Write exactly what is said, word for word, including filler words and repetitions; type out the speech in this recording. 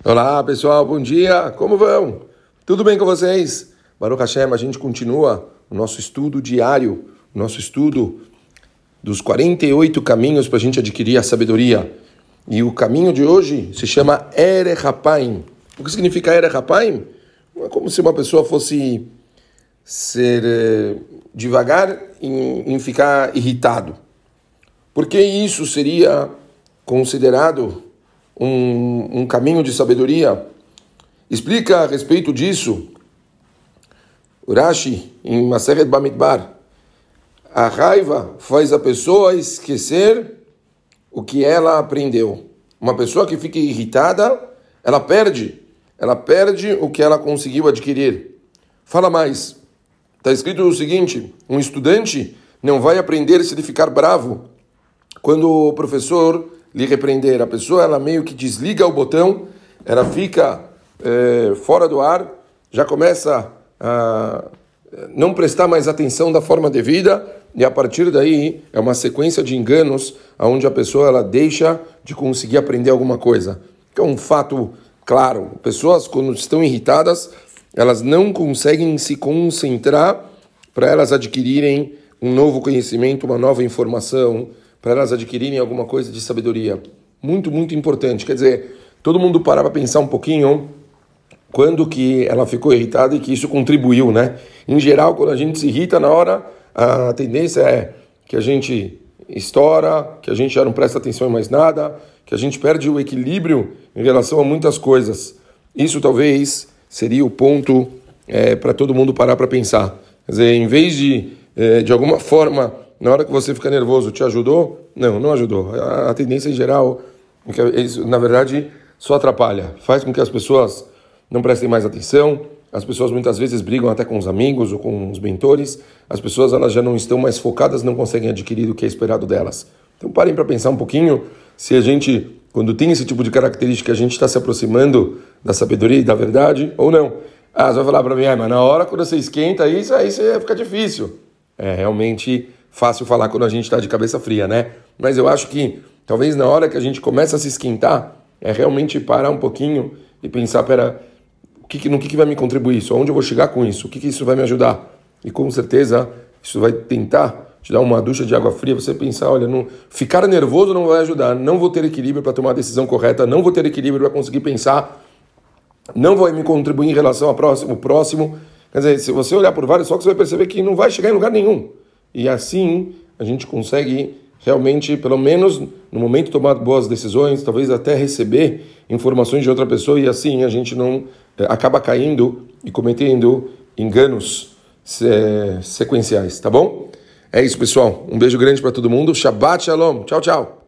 Olá pessoal, bom dia, como vão? Tudo bem com vocês? Baruch Hashem, a gente continua o nosso estudo diário, o nosso estudo dos quarenta e oito caminhos para a gente adquirir a sabedoria. E o caminho de hoje se chama Erech HaPaim. O que significa Erech HaPaim? É como se uma pessoa fosse ser eh, devagar em, em ficar irritado. Porque isso seria considerado um, um caminho de sabedoria? Explica a respeito disso Urashi em Masechet Bamidbar. A raiva faz a pessoa esquecer o que ela aprendeu. Uma pessoa que fica irritada, ela perde. Ela perde o que ela conseguiu adquirir. Fala mais. Está escrito o seguinte: um estudante não vai aprender se ele ficar bravo quando o professor lhe repreender. A pessoa, ela meio que desliga o botão, ela fica é, fora do ar, já começa a não prestar mais atenção da forma devida, e a partir daí é uma sequência de enganos onde a pessoa ela deixa de conseguir aprender alguma coisa. Que é um fato claro. Pessoas, quando estão irritadas, elas não conseguem se concentrar para elas adquirirem um novo conhecimento, uma nova informação, para elas adquirirem alguma coisa de sabedoria. Muito, muito importante. Quer dizer, todo mundo parar para pensar um pouquinho quando que ela ficou irritada e que isso contribuiu, né? Em geral, quando a gente se irrita na hora, a tendência é que a gente estoura, que a gente já não presta atenção em mais nada, que a gente perde o equilíbrio em relação a muitas coisas. Isso talvez seria o ponto é, para todo mundo parar para pensar. Quer dizer, em vez de, é, de alguma forma, na hora que você fica nervoso, te ajudou? Não, não ajudou. A, a tendência em geral, isso, na verdade, só atrapalha. Faz com que as pessoas não prestem mais atenção. As pessoas muitas vezes brigam até com os amigos ou com os mentores. As pessoas elas já não estão mais focadas, não conseguem adquirir o que é esperado delas. Então parem para pensar um pouquinho se a gente, quando tem esse tipo de característica, a gente está se aproximando da sabedoria e da verdade ou não. Ah, você vai falar para mim, ah, mas na hora quando você esquenta isso, aí você fica difícil. É realmente fácil falar quando a gente está de cabeça fria, né? Mas eu acho que talvez na hora que a gente começa a se esquentar, é realmente parar um pouquinho e pensar, pera, o que, no que, que vai me contribuir isso? Aonde eu vou chegar com isso? O que, que isso vai me ajudar? E com certeza isso vai tentar te dar uma ducha de água fria, você pensar, olha, não, ficar nervoso não vai ajudar, não vou ter equilíbrio para tomar a decisão correta, não vou ter equilíbrio para conseguir pensar, não vai me contribuir em relação ao próximo, próximo. Quer dizer, se você olhar por vários focos, você vai perceber que não vai chegar em lugar nenhum. E assim a gente consegue realmente, pelo menos no momento, tomar boas decisões, talvez até receber informações de outra pessoa, e assim a gente não é, acaba caindo e cometendo enganos é, sequenciais, tá bom? É isso, pessoal. Um beijo grande para todo mundo. Shabbat Shalom. Tchau, tchau.